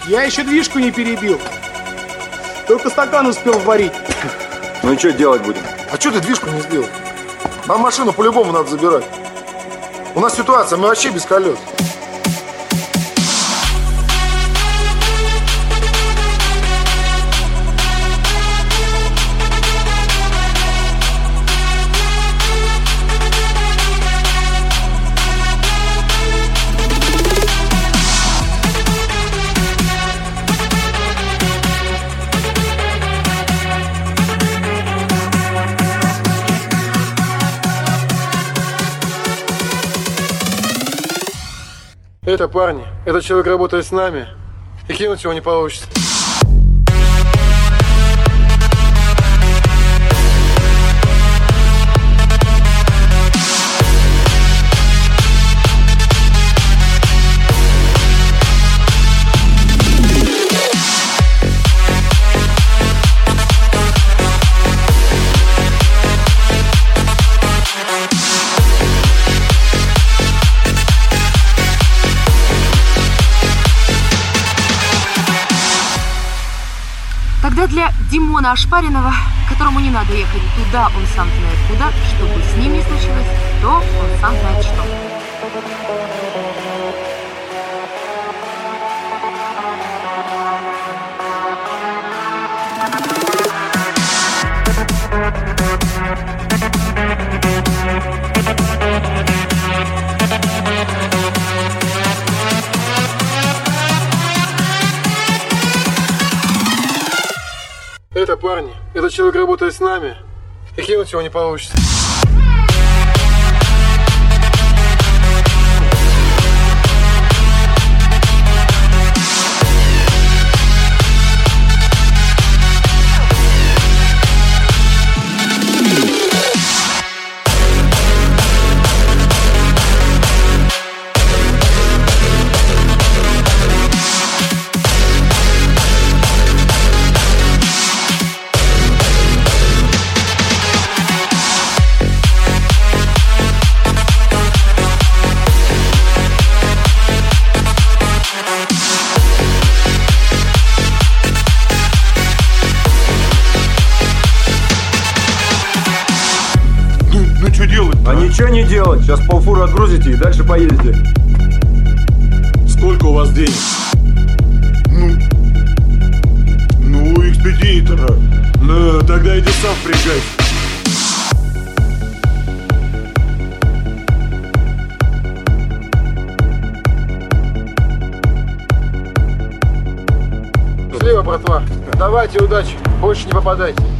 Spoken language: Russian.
Я еще движку не перебил. Только стакан успел варить. Ну и что делать будем? А что ты движку не сделал? Нам машину по-любому надо забирать. У нас ситуация, мы вообще без колес. Это, парни, этот человек работает с нами, и кинуть его не получится. Тогда для Димона Ошпаренного, которому не надо ехать туда, он сам знает куда, чтобы с ним не случилось, то он сам знает что. Это, парни, этот человек работает с нами, и кинуть его не получится. Что делать? А ничего не делать. Сейчас полфуры отгрузите и дальше поедете. Сколько у вас денег? Ну, экспедитора. Ну, тогда иди сам впрягайся. Слева, братва. Давайте, удачи. Больше не попадайте.